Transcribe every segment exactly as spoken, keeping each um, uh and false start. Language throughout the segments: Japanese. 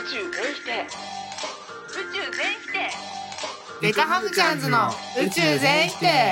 宙全否定宇宙全否定デカハムチャンズの宇宙全否定。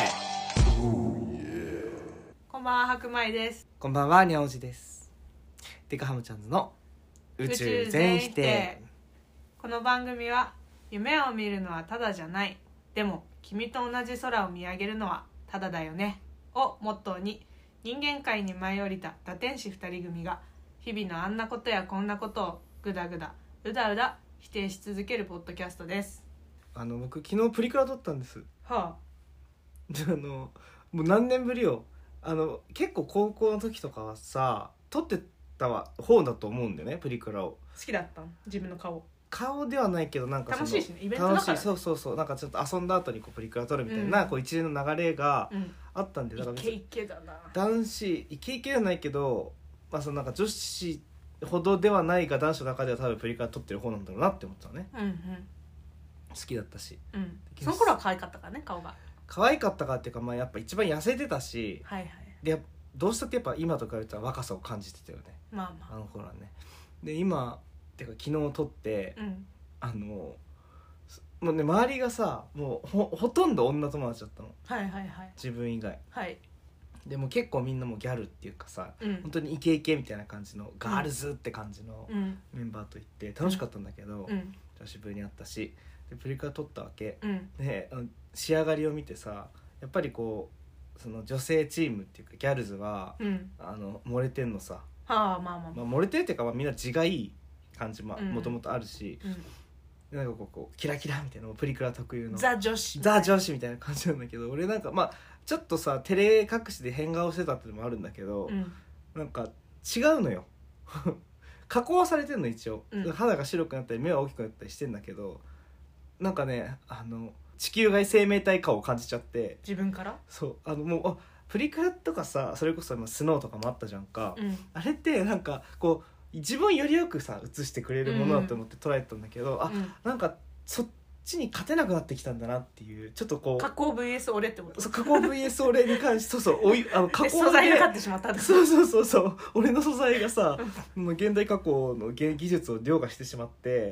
こんばんは、白米です。 こんばんは、にゃおじです。デカハムチャンズの宇宙全否定。 この番組は夢を見るのはただじゃない、でも君と同じ空を見上げるのはただだよねをモットーに、人間界に舞い降りた堕天使二人組が日々のあんなことやこんなことをぐだぐだうだうだ否定し続けるポッドキャストです。 あの僕昨日プリクラ撮ったんです。 はあのもう何年ぶりよ。あの結構高校の時とかはさ撮ってた方だと思うんだよね、プリクラを。 好きだったん？自分の顔顔ではないけど、なんかその楽しいしね、イベントだから、ね、 楽しい、そうそうそう、なんかちょっと遊んだ後にこうプリクラ撮るみたいな、うん、こう一連の流れがあったんで、だからイケイケだな。 男子イケイケじゃないけど、まあそのなんか女子ほどではないが男子の中では多分プリクラ撮ってる方なんだろうなって思ったのね。 うんうん、 好きだったし、 うん、その頃は可愛かったからね、顔が可愛かったかっていうか、まあやっぱ一番痩せてたし、 はいはい、 でどうしたってやっぱ今と比べたら若さを感じてたよね。 まあまあ、 あの頃はね。で今ってか昨日撮って、うん、あのもうね周りがさもう ほ, ほとんど女友達だったの。 はいはいはい。 自分以外。 はい。 でも結構みんなもギャルっていうかさ、うん、本当にイケイケみたいな感じのガールズって感じのメンバーと行って楽しかったんだけど、うん、久しぶりに会ったし、でプリクラ撮ったわけ、うん、であの仕上がりを見てさ、やっぱりこうその女性チームっていうかギャルズは、うん、あの漏れてんのさ、 はあ、まあまあまあ、 まあ、漏れてるっていうか、まあ、みんな地がいい感じももともとあるし、うん、なんかこうこうキラキラみたいなプリクラ特有のザ女子ザ女子みたいな感じなんだけど、俺なんかまあちょっとさ照れ隠しで変顔してたってのもあるんだけど、うん、なんか違うのよ加工はされてんの一応、うん、肌が白くなったり目は大きくなったりしてんだけど、なんかねあの地球外生命体感を感じちゃって、 自分からそうあのもうあプリクラとかさ、それこそスノーとかもあったじゃんか、うん、あれってなんかこう自分よりよくさ映してくれるものだと思って捉えてたんだけど、うん、あ、うん、なんかそっちに勝てなくなってきたんだなっていう、ちょっとこう加工 ブイエス 俺ってこと？ そう、加工 ブイエス 俺に関してそうそうおいあの加工素材が勝ってしまったんだ。 そうそうそうそう、俺の素材がさもう現代加工の技術を凌駕してしまって、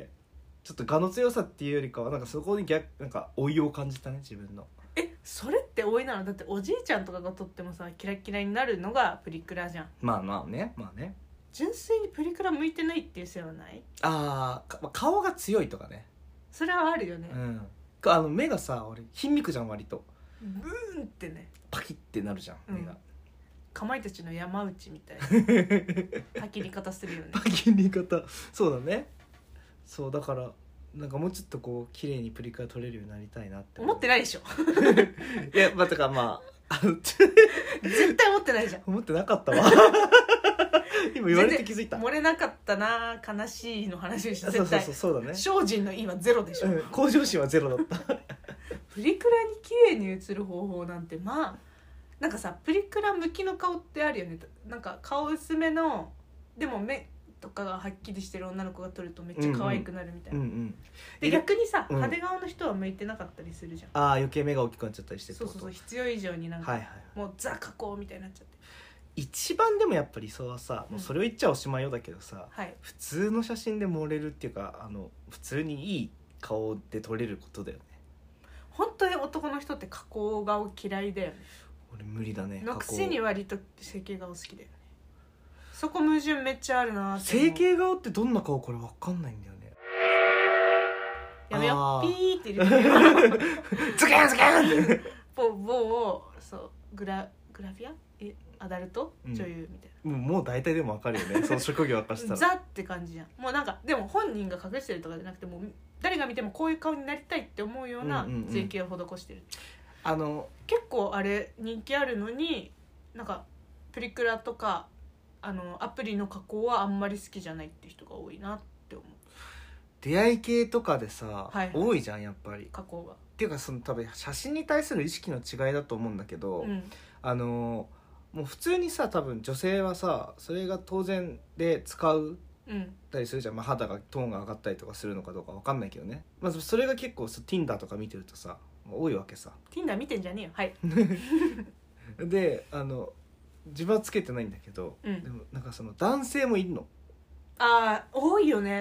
ちょっと我の強さっていうよりかはなんかそこに逆なんか老いを感じたね、自分の。 え、それって老いなの？だっておじいちゃんとかが撮ってもさキラキラになるのがプリクラじゃん。 まあまあね、まあね。 純粋にプリクラ向いてないっていうせいはない？ ああ、顔が強いとかね。 それはあるよね。 うん。あの目がさ、俺貧肉じゃん割と。 ブーンってね。 パキってなるじゃん、うん、目が。 かまいたちの山内みたいなパキリ方するよね。 パキリ方、そうだね。そうだからなんかもうちょっとこう綺麗にプリクラ撮れるようになりたいなって思ってないでしょいやまあてかまあ絶対思ってないじゃん。 思ってなかったわ今言われて気づいた。 漏れなかったな、悲しいの話でした。 絶対そうそうそうだね。 精進の今ゼロでしょ、うん、 向上心はゼロだったプリクラに綺麗に映る方法なんて、まあなんかさプリクラ向きの顔ってあるよね。なんか顔薄めのでも目とかがはっきりしてる女の子が撮るとめっちゃ可愛くなるみたいな、うんうん、で逆にさ、うん、派手顔の人は向いてなかったりするじゃん。 ああ、余計目が大きくなっちゃったりして。 そうそうそう、必要以上になんか、 はいはい、 もうザ加工みたいになっちゃって。 一番でもやっぱり理想はさ、もうそれを言っちゃおしまいよだけどさ、 はい、 普通の写真で盛れるっていうか、あの普通にいい顔で撮れることだよね。 本当に男の人って加工顔嫌いだよね。 俺無理だね。 のくせに割と整形顔好きだよね。そこ矛盾めっちゃあるなって。 整形顔ってどんな顔？これ分かんないんだよね。 やめよピーって入れてズキャンズキャンって某某そうグラグラビアえアダルト、うん、女優みたいな。 もう大体でも分かるよねその職業明かしたらザって感じじゃん。もうなんかでも本人が隠してるとかじゃなくて、もう誰が見てもこういう顔になりたいって思うような整形を施してる、うんうんうん、あの結構あれ人気あるのに、なんかプリクラとかあのアプリの加工はあんまり好きじゃないって人が多いなって思う。 出会い系とかでさ、はいはい、多いじゃんやっぱり加工が。 っていうかその多分写真に対する意識の違いだと思うんだけど、うん、あのもう普通にさ多分女性はさそれが当然で使うたりするじゃん、まあ、肌がトーンが上がったりとかするのかどうか分かんないけどね、まずそれが結構 Tinder とか見てるとさ多いわけさ。 Tinder 見てんじゃねえよ。はいであの自分はつけてないんだけど、うん、でもなんかその男性もいるの。 ああ多いよね。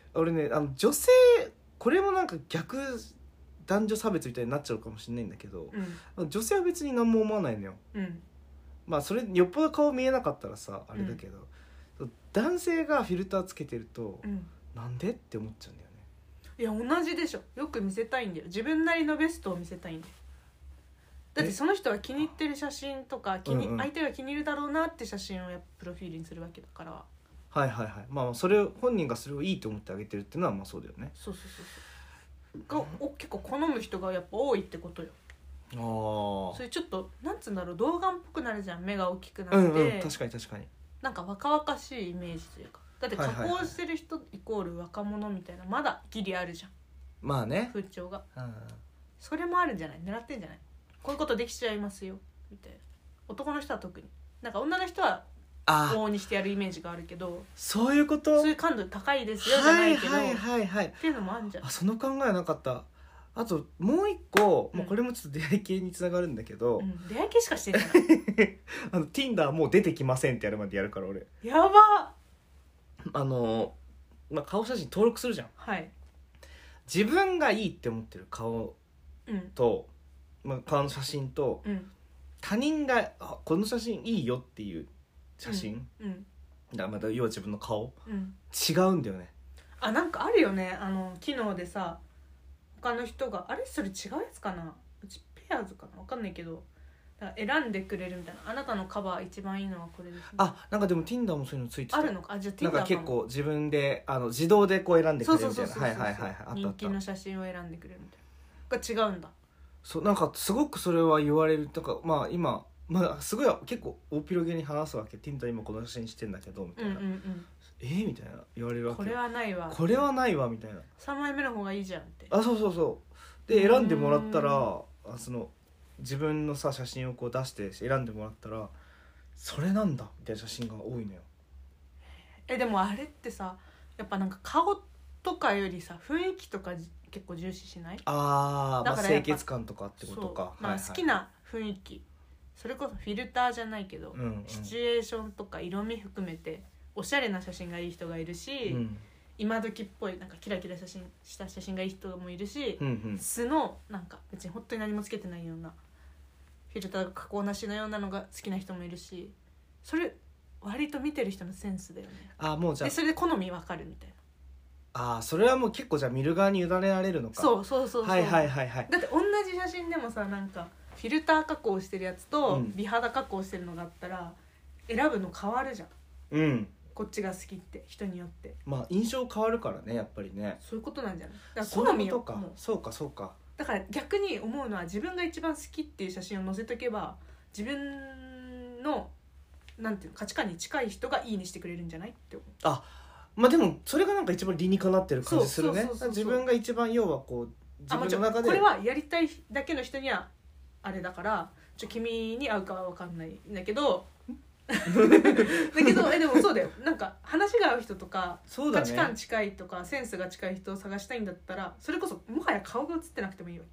俺ねあの女性これもなんか逆男女差別みたいになっちゃうかもしれないんだけど、うん、女性は別に何も思わないのよ、うん、まあそれよっぽど顔見えなかったらさあれだけど、うん、男性がフィルターつけてると、うん、なんでって思っちゃうんだよね。 いや同じでしょ。よく見せたいんだよ。自分なりのベストを見せたいんだよ。だってその人は気に入ってる写真とか気に、うんうん、相手が気に入るだろうなって写真をやっぱプロフィールにするわけだから。 はいはいはい。まあそれを本人がそれをいいと思ってあげてるっていうのはまあそうだよね。 そうそうそうそうがお結構好む人がやっぱ多いってことよ。ああ。それちょっとなんつうんだろう、童顔っぽくなるじゃん。目が大きくなって、うんうん、確かに確かに。 なんか若々しいイメージというか。だって加工してる人イコール若者みたいなまだギリあるじゃん。 まあね。 風潮が。うん。それもあるんじゃない？狙ってんじゃない？こういうことできちゃいますよみたいな。男の人は特に。なんか女の人は往々にしてやるイメージがあるけど、 そういうこと。 そういう感度高いですよじゃないけど、 はいはいはいはい。っていうのもあるんじゃん。 あ、その考えなかった。あともう一個、うん、もうこれもちょっと出会い系につながるんだけど、 うん、出会い系しかしてないあの Tinder もう出てきませんってやるまでやるから俺。 やば。 あの、まあ、顔写真登録するじゃん。 はい。 自分がいいって思ってる顔と、うん、まあ、顔の写真と、うん、他人があこの写真いいよっていう写真、うんうん、だからまた要は自分の顔、うん、違うんだよね。 あ、なんかあるよね。あの機能でさ、他の人があれそれ違うやつかな、うちペアーズかな、分かんないけどだから選んでくれるみたいな。あなたのカバー一番いいのはこれです、ね、 あ、なんかでも Tinder もそういうのついてた。 あるのか。あ、じゃあ Tinder なんか結構自分であの自動でこう選んでくれるみたいな。はいはいはいはい。あったあった。 人気の写真を選んでくれるみたいなが違うんだ。 そう、なんかすごくそれは言われる。とかまあ今まあすごい結構大広げに話すわけ。Tinder 今この写真してんだけどみたいな、うんうんうん、えー、みたいな言われるわけ。 これはないわこれはないわみたいな。 さんまいめの方がいいじゃんって。 あ、そうそうそうで選んでもらったら、あその自分のさ写真をこう出して選んでもらったらそれなんだみたいな写真が多いのよ。 えでもあれってさやっぱなんか顔とかよりさ雰囲気とか結構重視しない？ あー、だから清潔感とかってことか。 まあ、好きな雰囲気、それこそフィルターじゃないけど、うんうん、シチュエーションとか色味含めておしゃれな写真がいい人がいるし、うん、今時っぽいなんかキラキラ写真した写真がいい人もいるし、うんうん、素のなんか別に本当に何もつけてないようなフィルターが加工なしのようなのが好きな人もいるし、それ割と見てる人のセンスだよね。 あ、もうじゃあでそれで好み分かるみたいな。 あ、それはもう結構じゃあ見る側に委ねられるのか。 そうそうそうそう、 はいはいはいはい。 だって同じ写真でもさ、なんかフィルター加工してるやつと美肌加工してるのがあったら選ぶの変わるじゃん。うん、こっちが好きって人によって。 まあ印象変わるからねやっぱりね。 そういうことなんじゃない？だから好みよ。 そういうことか。そうかそうか。 だから逆に思うのは自分が一番好きっていう写真を載せとけば自分のなんていうの価値観に近い人がいいにしてくれるんじゃないって思う。 あ、まあでもそれがなんか一番理にかなってる感じするね。自分が一番要はこう自分の中でこれはやりたいだけの人にはあれだからちょ君に合うかは分かんないんだけどだけどえでもそうだよ。なんか話が合う人とか、ね、価値観近いとかセンスが近い人を探したいんだったらそれこそもはや顔が写ってなくてもいいわけ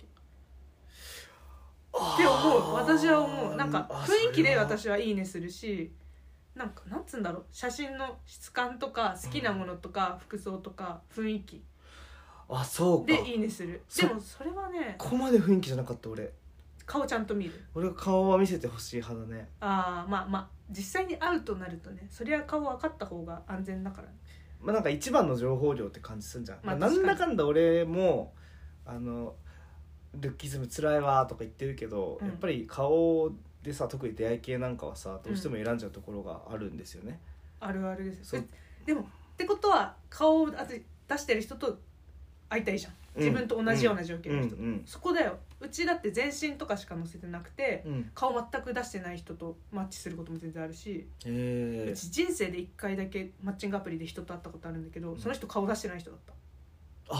って思う。私は思う。なんか雰囲気で私はいいねするし、なんかなんつうんだろう、写真の質感とか好きなものとか、うん、服装とか雰囲気あそうかでいいねする。でもそれはねここまで雰囲気じゃなかった俺。 顔ちゃんと見る。 俺は顔は見せてほしい派だね。 ああまあまあ実際に会うとなるとね、そりゃ顔分かった方が安全だから、ね、 まあなんか一番の情報量って感じするんじゃん、まあ、なんだかんだ俺もあのルッキズムつらいわとか言ってるけど、うん、やっぱり顔でさ特に出会い系なんかはさどうしても選んじゃうところがあるんですよね、 うん、あるあるですよ。でもってことは顔を出してる人と会いたいじゃん。自分と同じような状況の人、うんうん、そこだよ。うちだって全身とかしか載せてなくて、うん、顔全く出してない人とマッチすることも全然あるし、うち人生でいっかいだけマッチングアプリで人と会ったことあるんだけど、うん、その人顔出してない人だった。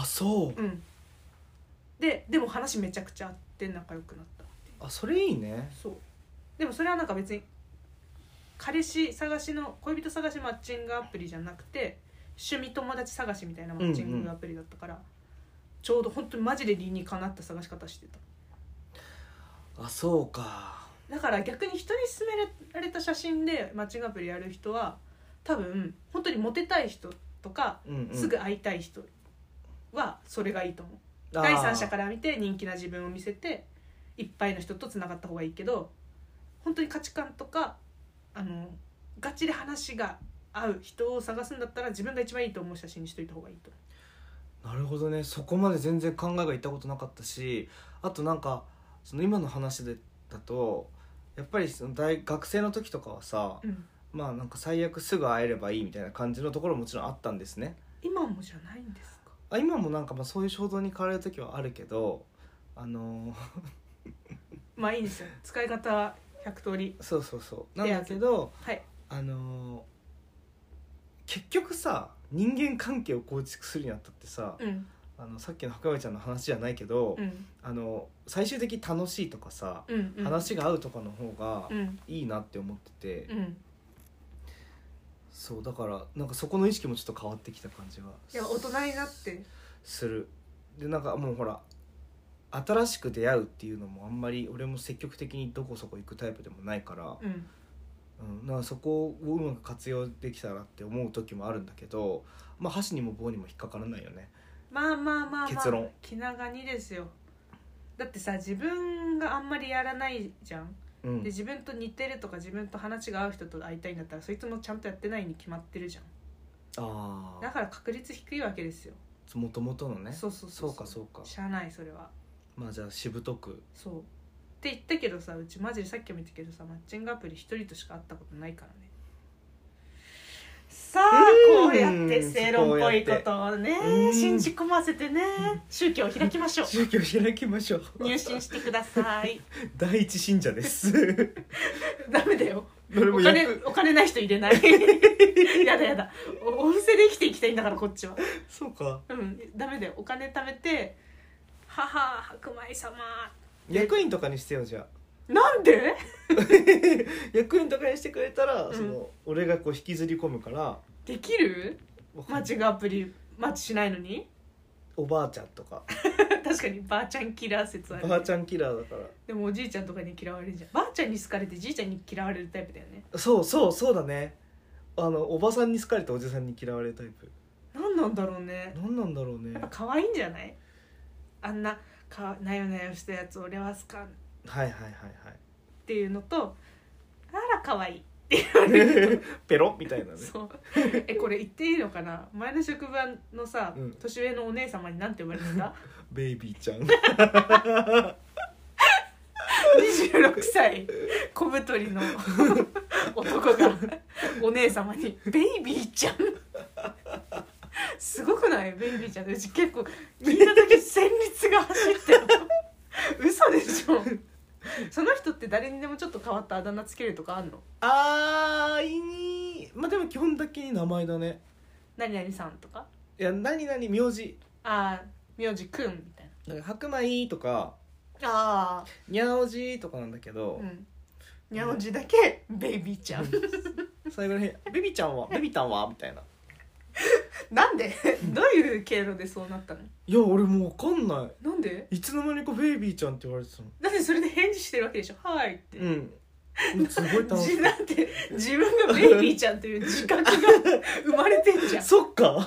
あ、そう、 うん、ででも話めちゃくちゃあって仲良くなったっていう。 あ、それいいね。 そうでもそれはなんか別に彼氏探しの恋人探しマッチングアプリじゃなくて趣味友達探しみたいなマッチングアプリだったから、うんうん、ちょうど本当にマジで理にかなった探し方してた。 あ、そうか。 だから逆に人に勧められた写真でマッチングアプリやる人は多分本当にモテたい人とか、 うんうん、 すぐ会いたい人はそれがいいと思う。第三者から見て人気な自分を見せていっぱいの人とつながった方がいいけど、本当に価値観とかあのガチで話が合う人を探すんだったら自分が一番いいと思う写真にしといた方がいいと思う。なるほどね。そこまで全然考えがいったことなかったし、あとなんかその今の話でだとやっぱりその大学生の時とかはさ、うん、まあなんか最悪すぐ会えればいいみたいな感じのところももちろんあったんですね。 今もじゃないんですか？ あ、今もなんかまあそういう衝動に変われる時はあるけど、あのー、 まあいいんですよ、使い方はひゃく通り。 そうそうそうなんだけど、 はい、 あのー、結局さ人間関係を構築するにあたってさ、うん、あのさっきの白米ちゃんの話じゃないけど、うん、あの最終的に楽しいとかさ、うんうん、話が合うとかの方がいいなって思ってて、うん、そうだからなんかそこの意識もちょっと変わってきた感じが。 いや大人になってする。でなんかもうほら新しく出会うっていうのもあんまり俺も積極的にどこそこ行くタイプでもないから、うんうん、だからそこをうまく活用できたらって思う時もあるんだけど、まあ箸にも棒にも引っかからないよね。 まあまあまあまあ結論気長にですよ。だってさ自分があんまりやらないじゃん、うん、で自分と似てるとか自分と話が合う人と会いたいんだったらそいつもちゃんとやってないに決まってるじゃん。あだから確率低いわけですよ、 もともとのね。 そうそうそうそう、 そうかそうか。 しゃあないそれは。 まあじゃあしぶとく。 そうって言ったけどさ、うちマジでさっきも言ったけどさマッチングアプリ一人としか会ったことないからね。さあこうやって正論っぽいことをね信じ込ませてね、宗教を開きましょう。 宗教を開きましょう。 入信してください。 第一信者です。 ダメだよ。お金お金ない人入れない。やだやだ。おお布施で生きていきたいんだからこっちは。 そうか。 うんダメだよ。お金貯めて母白米様。 役員とかにしてよじゃあ。 なんで役員とかにしてくれたら、うん、その俺がこう引きずり込むからできる？マッチングアプリマッチしないのにおばあちゃんとか確かにばあちゃんキラー説ある、ね、 ばあちゃんキラーだから。 でもおじいちゃんとかに嫌われるじゃん。ばあちゃんに好かれてじいちゃんに嫌われるタイプだよね。 そうそうそうだね。あのおばさんに好かれておじさんに嫌われるタイプ。 何なんだろうね。 何なんだろうね。 やっぱ可愛いんじゃない？あんなかなよなよしたやつ俺は好かんはいはいはいはいっていうのと、あら可愛いって言われるペロみたいなね。そうえこれ言っていいのかな。前の職場のさ、うん、年上のお姉様に何て呼ばれてた？ ベイビーちゃん。にじゅうろくさい小太りの男がお姉様にベイビーちゃんすごくない？ベイビーちゃんってうち結構聞いた時旋律が走ってる嘘でしょ。その人って誰にでもちょっと変わったあだ名つけるとかあんの？ あーいい。まあでも基本的に名前だね。 何々さんとか？ いや何々名字。 あー名字くんみたいな。 なんか白米とかあーにゃおじとかなんだけど、うん、 にゃおじだけベイビーちゃん最後にベビーちゃんはベビータンはみたいな。 なんでどういう経路でそうなったの？ いや俺もう分かんない。 なんでいつの間にかベイビーちゃんって言われてたの。 だってそれで返事してるわけでしょ。はいってうんすごい楽しい。 だって自分がベイビーちゃんという自覚が生まれてんじゃん。 そっか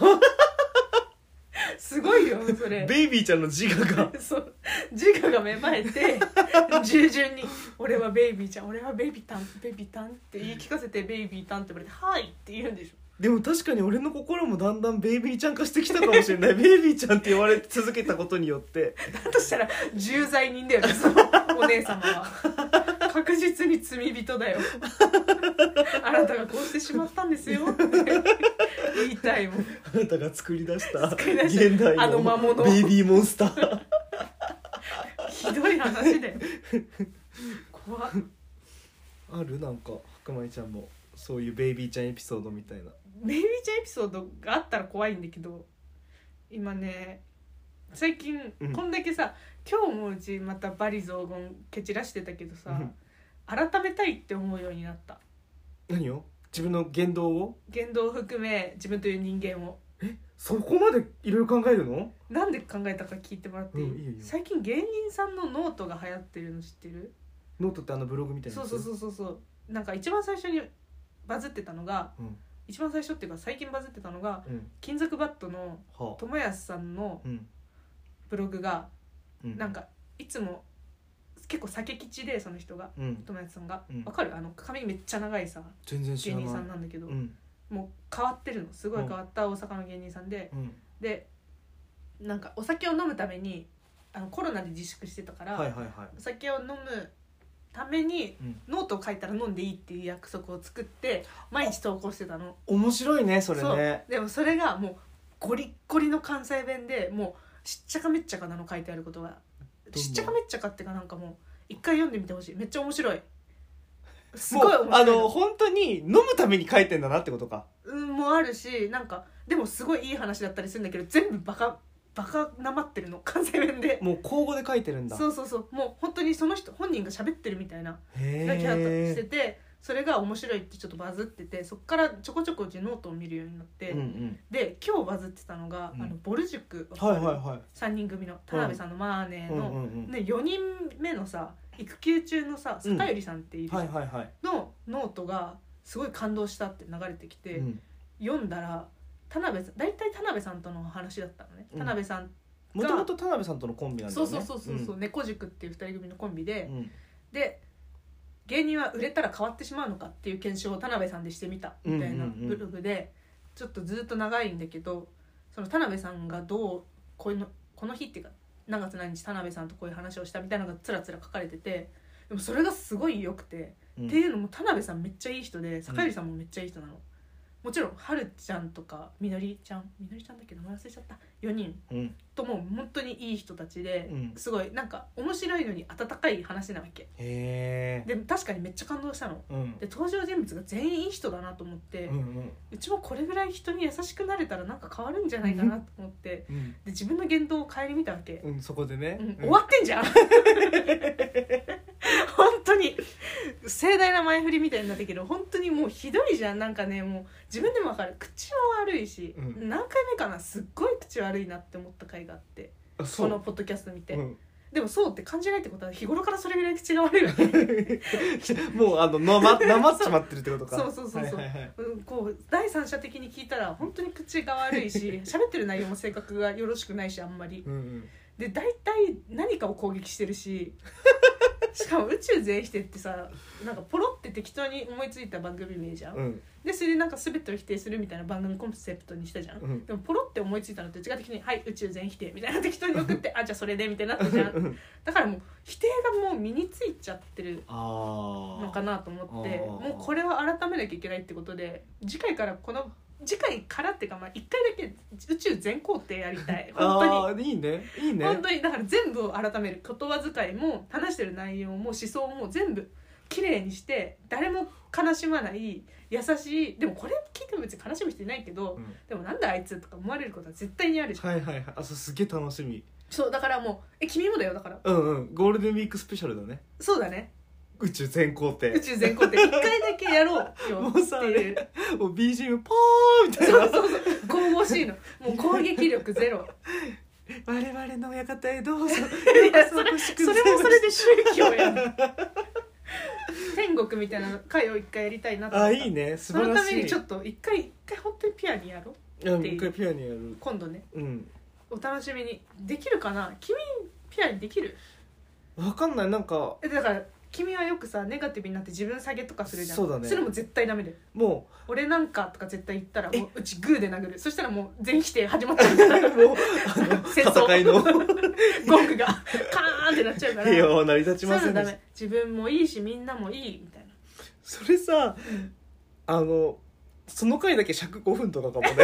すごいよそれ。 ベイビーちゃんの自我がそう自我が芽生えて従順に俺はベイビーちゃん俺はベイビータンベイビータンって言い聞かせてベイビータンって言われてはいって言うんでしょ。 でも確かに俺の心もだんだんベイビーちゃん化してきたかもしれない。ベイビーちゃんって言われ続けたことによってだとしたら重罪人だよねそのお姉様は。確実に罪人だよあなたがこうしてしまったんですよ言いたいもん。 あなたが作り出した現代のベイビーモンスターひどい話だよ怖っ。 あるなんか白米ちゃんもそういうベイビーちゃんエピソードみたいな。 ベイビーちゃんエピソードがあったら怖いんだけど今ね最近こんだけさ、うん、今日もうちまたバリ雑言蹴散らしてたけどさ、うん、改めたいって思うようになった。 何を？自分の言動を？ 言動を含め自分という人間を。 えそこまでいろいろ考えるの？ なんで考えたか聞いてもらっていい？うん、いいよいいよ。最近芸人さんのノートが流行ってるの知ってる？ ノートってあのブログみたいなやつ？ そうそうそうそうそう。なんか一番最初にバズってたのが、うん、 一番最初っていうか最近バズってたのが、 うん、 金属バットの友安さんのブログが、うん、なんかいつも結構酒吉でその人が、うん、友安さんが、うん、わかる？あの髪めっちゃ長いさ全然知らない芸人さんなんだけど、うん、もう変わってるのすごい変わった大阪の芸人さんで、うん、でなんかお酒を飲むためにあのコロナで自粛してたから、はいはいはい、お酒を飲むためにノートを書いたら飲んでいいっていう約束を作って毎日投稿してたの。 面白いねそれね。 そうでもそれがもうゴリッゴリの関西弁でもうしっちゃかめっちゃかなの書いてあることがしっちゃかめっちゃかっていうかなんかもう一回読んでみてほしい。めっちゃ面白い。すごい面白い。 あの本当に飲むために書いてんだなってことか。 うんもあるしなんかでもすごいいい話だったりするんだけど全部バカバカなまってるの関西弁で。 もう口語で書いてるんだ。 そうそうそうもう本当にその人本人が喋ってるみたいなキャラしててそれが面白いってちょっとバズっててそっからちょこちょこうちノートを見るようになって、うんうん、で今日バズってたのが、うん、あのボル塾、はいはいはい、さんにん組の田辺さんのマーネーの、うんうんうん、でよにんめのさ育休中のさ坂寄さんっているじゃん、うんはいはいはい、のノートがすごい感動したって流れてきて、うん、読んだら田辺さん大体田辺さんとの話だったのね、うん、田辺さんもともと田辺さんとのコンビなんだよね。 そうそうそうそう、うん、猫塾っていうふたり組のコンビで、うん、で芸人は売れたら変わってしまうのかっていう検証を田辺さんでしてみたみたいなブログでちょっとずっと長いんだけどその田辺さんがどうこういうのこの日っていうか何月何日田辺さんとこういう話をしたみたいなのがつらつら書かれててでもそれがすごい良くて、うん、っていうのも田辺さんめっちゃいい人で坂寄さんもめっちゃいい人なの、うん、もちろんはるちゃんとかみのりちゃんみのりちゃんだっけ名前忘れちゃったよにん、うん、とも本当にいい人たちで、うん、すごいなんか面白いのに温かい話なわけ。 へーで確かにめっちゃ感動したの、うん、で登場人物が全員いい人だなと思って、うんうん、うちもこれぐらい人に優しくなれたらなんか変わるんじゃないかなと思って、うん、で自分の言動を顧みたわけ、 うん、そこでね、 うん、終わってんじゃん本当に盛大な前振りみたいになったけど本当にもうひどいじゃん。なんかねもう自分でも分かる口も悪いし、うん、何回目かなすっごい口悪いなって思った回があってこのポッドキャスト見て、うん、でもそうって感じないってことは日頃からそれぐらい口が悪いわけもうあのなまっちまってるってことか。 そうそうそうそう、はいはいはい、うん、こう第三者的に聞いたら本当に口が悪いし喋ってる内容も性格がよろしくないしあんまり、うんうん、で大体何かを攻撃してるししかも宇宙全否定ってさなんかポロって適当に思いついた番組名じゃん、うん、でそれでなんか全てを否定するみたいな番組コンセプトにしたじゃん、うん、でもポロって思いついたのって違う的にはい宇宙全否定みたいな適当に送ってあじゃあそれでみたいになったじゃんだからもう否定がもう身についちゃってるのかなと思ってもうこれは改めなきゃいけないってことで次回からこの次回からっていうかまあいっかいだけ宇宙全工程やりたい本当にいいねいいね本当にだから全部を改める言葉遣いも話してる内容も思想も全部きれいにして誰も悲しまない優しいでもこれ聞いても別に悲しむ人いないけど、うん、でもなんだあいつとか思われることは絶対にあるじゃん。 はいはいはいあそうすげえ楽しみ。 そうだからもうえ君もだよだからうんうんゴールデンウィークスペシャルだね。 そうだね宇宙全工程宇宙全工程一回だけやろうよもうさっていうもう ビージーエム ポーみたいなそうそうそう神々しいのもう攻撃力ゼロ我々の親方へどうぞいやそれそれもそれで宗教やん天国みたいな会を一回やりたいなと思った。 あいいね素晴らしい。 そのためにちょっと一回一回本当にピュアにやろうっていう。 一回ピュアにやる今度ね、 うん、 お楽しみにできるかな。君ピュアにできる？ わかんないなんかえだから君はよくさネガティブになって自分下げとかするじゃん。 そうだね。 それも絶対ダメでもう俺なんかとか絶対言ったらもううちグーで殴る。そしたらもう全否定始まっちゃうからもうあの戦争戦いのゴングがカーンってなっちゃうから平和は成り立ちませんでした。自分もいいしみんなもいいみたいな。 それさ、うん、あのその回だけ尺ごふんとかかもね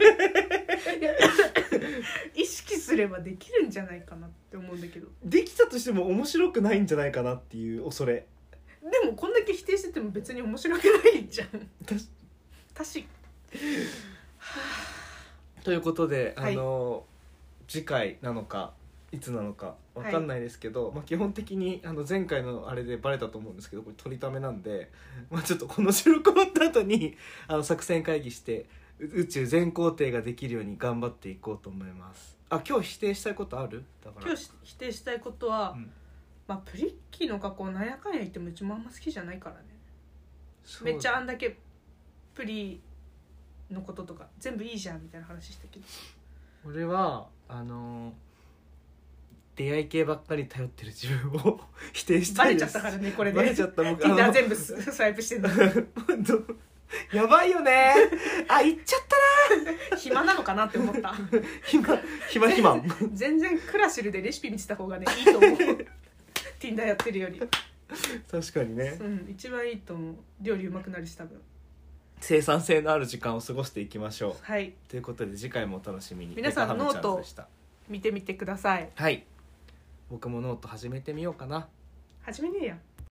意識すればできるんじゃないかなって思うんだけどできたとしても面白くないんじゃないかなっていう恐れ。 でもこんだけ否定してても別に面白くないじゃんたしということで、はい、あの次回なのかいつなのか分かんないですけど、はいまあ、基本的にあの前回のあれでバレたと思うんですけどこれ取りためなんで、まあ、ちょっとこの収録終わった後にあの作戦会議して宇宙全工程ができるように頑張っていこうと思います。あ今日否定したいことある？だから今日否定したいことは、うんまあ、プリッキーの加工なんやかんや言ってもうちもあんま好きじゃないからね。めっちゃあんだけプリのこととか全部いいじゃんみたいな話したけど、 俺はあの出会い系ばっかり頼ってる自分を否定したバレいです。 ちゃったからねこれバレねちゃった僕 Tinder 全部スワイプしてんのやばいよねあ行っちゃったな暇なのかなって思った暇暇暇全然クラシルでレシピ見てた方がねいいと思うTinder やってるより、 確かにね、 うん、一番いいと思う。料理うまくなるし多分。 生産性のある時間を過ごしていきましょう。 はい、 ということで次回もお楽しみに。 皆さんデカハムチャンスノートでした。 見てみてください。 はい、僕もノート始めてみようかな。 始めねえや。